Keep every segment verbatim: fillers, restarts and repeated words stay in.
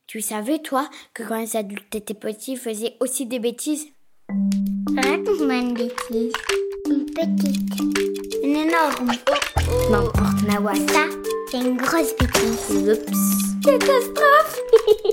Tu savais, toi, que quand les adultes étaient petits, ils faisaient aussi des bêtises? Raconte-moi une bêtise. Une petite. Une énorme. Oh, oh. N'importe, Nawa. Ça, c'est une grosse bêtise. Oups. Catastrophe.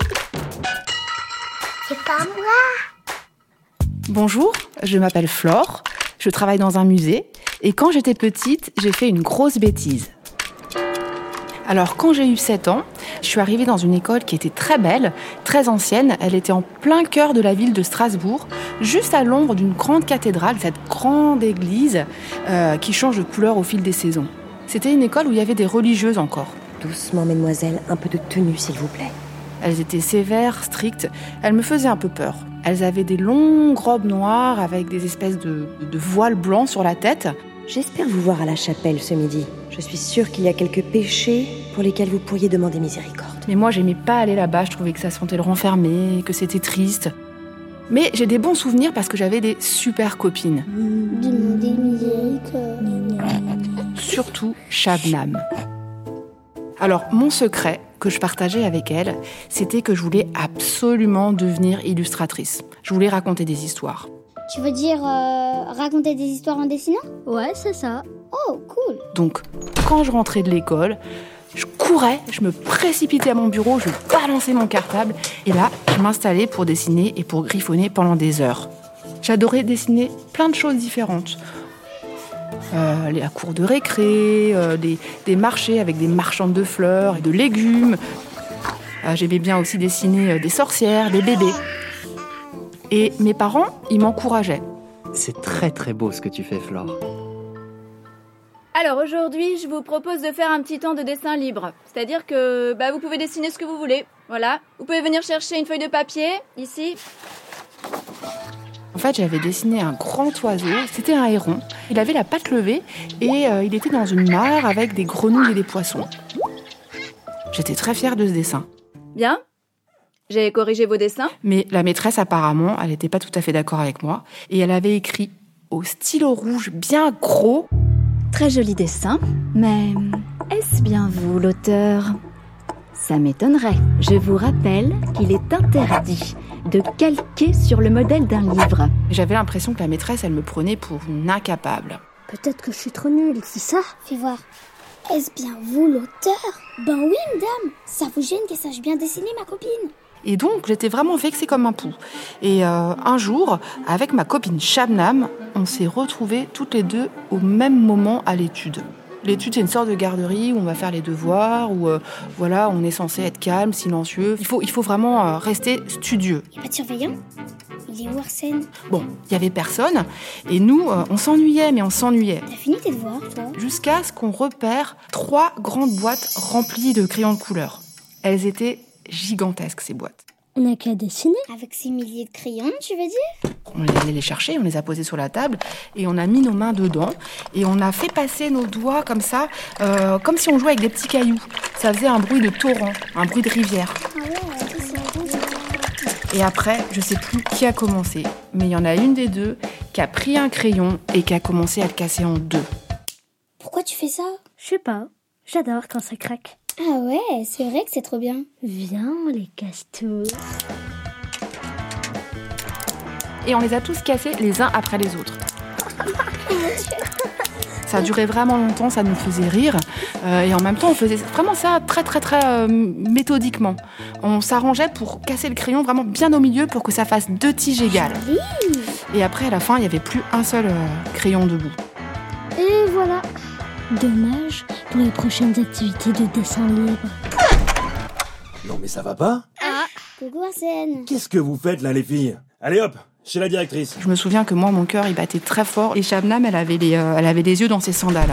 C'est pas moi. Bonjour, je m'appelle Flore, je travaille dans un musée et quand j'étais petite, j'ai fait une grosse bêtise. Alors quand j'ai eu sept ans, je suis arrivée dans une école qui était très belle, très ancienne. Elle était en plein cœur de la ville de Strasbourg, juste à l'ombre d'une grande cathédrale, cette grande église euh, qui change de couleur au fil des saisons. C'était une école où il y avait des religieuses encore. Doucement, mesdemoiselles, un peu de tenue, s'il vous plaît. Elles étaient sévères, strictes, elles me faisaient un peu peur. Elles avaient des longues robes noires avec des espèces de, de voiles blancs sur la tête. J'espère vous voir à la chapelle ce midi. Je suis sûre qu'il y a quelques péchés pour lesquels vous pourriez demander miséricorde. Mais moi, j'aimais pas aller là-bas, je trouvais que ça sentait le renfermé, que c'était triste. Mais j'ai des bons souvenirs parce que j'avais des super copines. Demander miséricorde. Surtout Shabnam. Alors, mon secret que je partageais avec elle, c'était que je voulais absolument devenir illustratrice. Je voulais raconter des histoires. Tu veux dire euh, raconter des histoires en dessinant? Ouais, c'est ça. Oh, cool. Donc, quand je rentrais de l'école, je courais, je me précipitais à mon bureau, je balançais mon cartable et là, je m'installais pour dessiner et pour griffonner pendant des heures. J'adorais dessiner plein de choses différentes. Euh, la cour de récré, euh, des, des marchés avec des marchandes de fleurs et de légumes. Euh, j'aimais bien aussi dessiner euh, des sorcières, des bébés. Et mes parents, ils m'encourageaient. C'est très très beau ce que tu fais, Flore. Alors aujourd'hui, je vous propose de faire un petit temps de dessin libre. C'est-à-dire que bah, vous pouvez dessiner ce que vous voulez. Voilà. Vous pouvez venir chercher une feuille de papier, ici. En fait, j'avais dessiné un grand oiseau, c'était un héron. Il avait la patte levée et euh, il était dans une mare avec des grenouilles et des poissons. J'étais très fière de ce dessin. Bien. J'ai corrigé vos dessins. Mais la maîtresse, apparemment, elle n'était pas tout à fait d'accord avec moi. Et elle avait écrit au stylo rouge bien gros. Très joli dessin, mais est-ce bien vous, l'auteur? Ça m'étonnerait. Je vous rappelle qu'il est interdit de calquer sur le modèle d'un livre. J'avais l'impression que la maîtresse, elle me prenait pour une incapable. Peut-être que je suis trop nulle, c'est ça? Fais voir. Est-ce bien vous, l'auteur? Ben oui, madame. Ça vous gêne que sache bien dessiner ma copine? Et donc, j'étais vraiment vexée comme un pou. Et euh, un jour, avec ma copine Shabnam, on s'est retrouvées toutes les deux au même moment à l'étude. L'étude, c'est une sorte de garderie où on va faire les devoirs, où euh, voilà, on est censé être calme, silencieux. Il faut, il faut vraiment euh, rester studieux. Il n'y a pas de surveillant? Il est où, Arsène? Bon, il n'y avait personne. Et nous, euh, on s'ennuyait, mais on s'ennuyait. T'as fini tes devoirs, toi? Jusqu'à ce qu'on repère trois grandes boîtes remplies de crayons de couleur. Elles étaient gigantesques, ces boîtes. On n'a qu'à dessiner. Avec ces milliers de crayons, tu veux dire? On les allait les chercher, on les a posés sur la table et on a mis nos mains dedans et on a fait passer nos doigts comme ça, euh, comme si on jouait avec des petits cailloux. Ça faisait un bruit de torrent, un bruit de rivière. Ah ouais, ça c'est bon. Et après, je sais plus qui a commencé, mais il y en a une des deux qui a pris un crayon et qui a commencé à le casser en deux. Pourquoi tu fais ça? Je sais pas, j'adore quand ça craque. Ah ouais, c'est vrai que c'est trop bien. Viens, on les casse tous. Et on les a tous cassés les uns après les autres. Ça a duré vraiment longtemps, ça nous faisait rire. Euh, et en même temps, on faisait vraiment ça très, très, très euh, méthodiquement. On s'arrangeait pour casser le crayon vraiment bien au milieu pour que ça fasse deux tiges égales. Oui. Et après, à la fin, il n'y avait plus un seul euh, crayon debout. Et voilà. Dommage pour les prochaines activités de dessin libre. Non mais ça va pas? Ah, coucou Arsène. Qu'est-ce que vous faites là les filles? Allez hop, chez la directrice. Je me souviens que moi, mon cœur, il battait très fort. Et Shabnam, elle avait les, euh, elle avait les yeux dans ses sandales.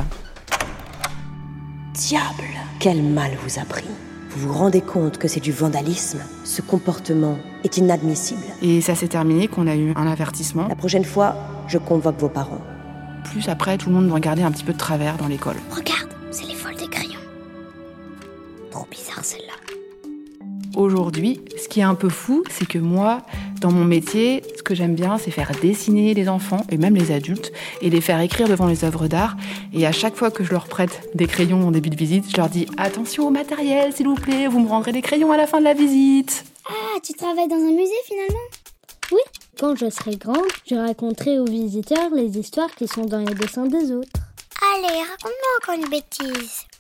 Diable! Quel mal vous a pris? Vous vous rendez compte que c'est du vandalisme? Ce comportement est inadmissible. Et ça s'est terminé qu'on a eu un avertissement. La prochaine fois, je convoque vos parents. Plus après, tout le monde me regardait un petit peu de travers dans l'école. Regarde, c'est les folles des crayons. Trop bizarre celle-là. Aujourd'hui, ce qui est un peu fou, c'est que moi, dans mon métier, ce que j'aime bien, c'est faire dessiner les enfants, et même les adultes, et les faire écrire devant les œuvres d'art. Et à chaque fois que je leur prête des crayons en début de visite, je leur dis « Attention au matériel, s'il vous plaît, vous me rendrez des crayons à la fin de la visite !» Ah, tu travailles dans un musée finalement? Oui, quand je serai grande, je raconterai aux visiteurs les histoires qui sont dans les dessins des autres. Allez, raconte-moi encore une bêtise.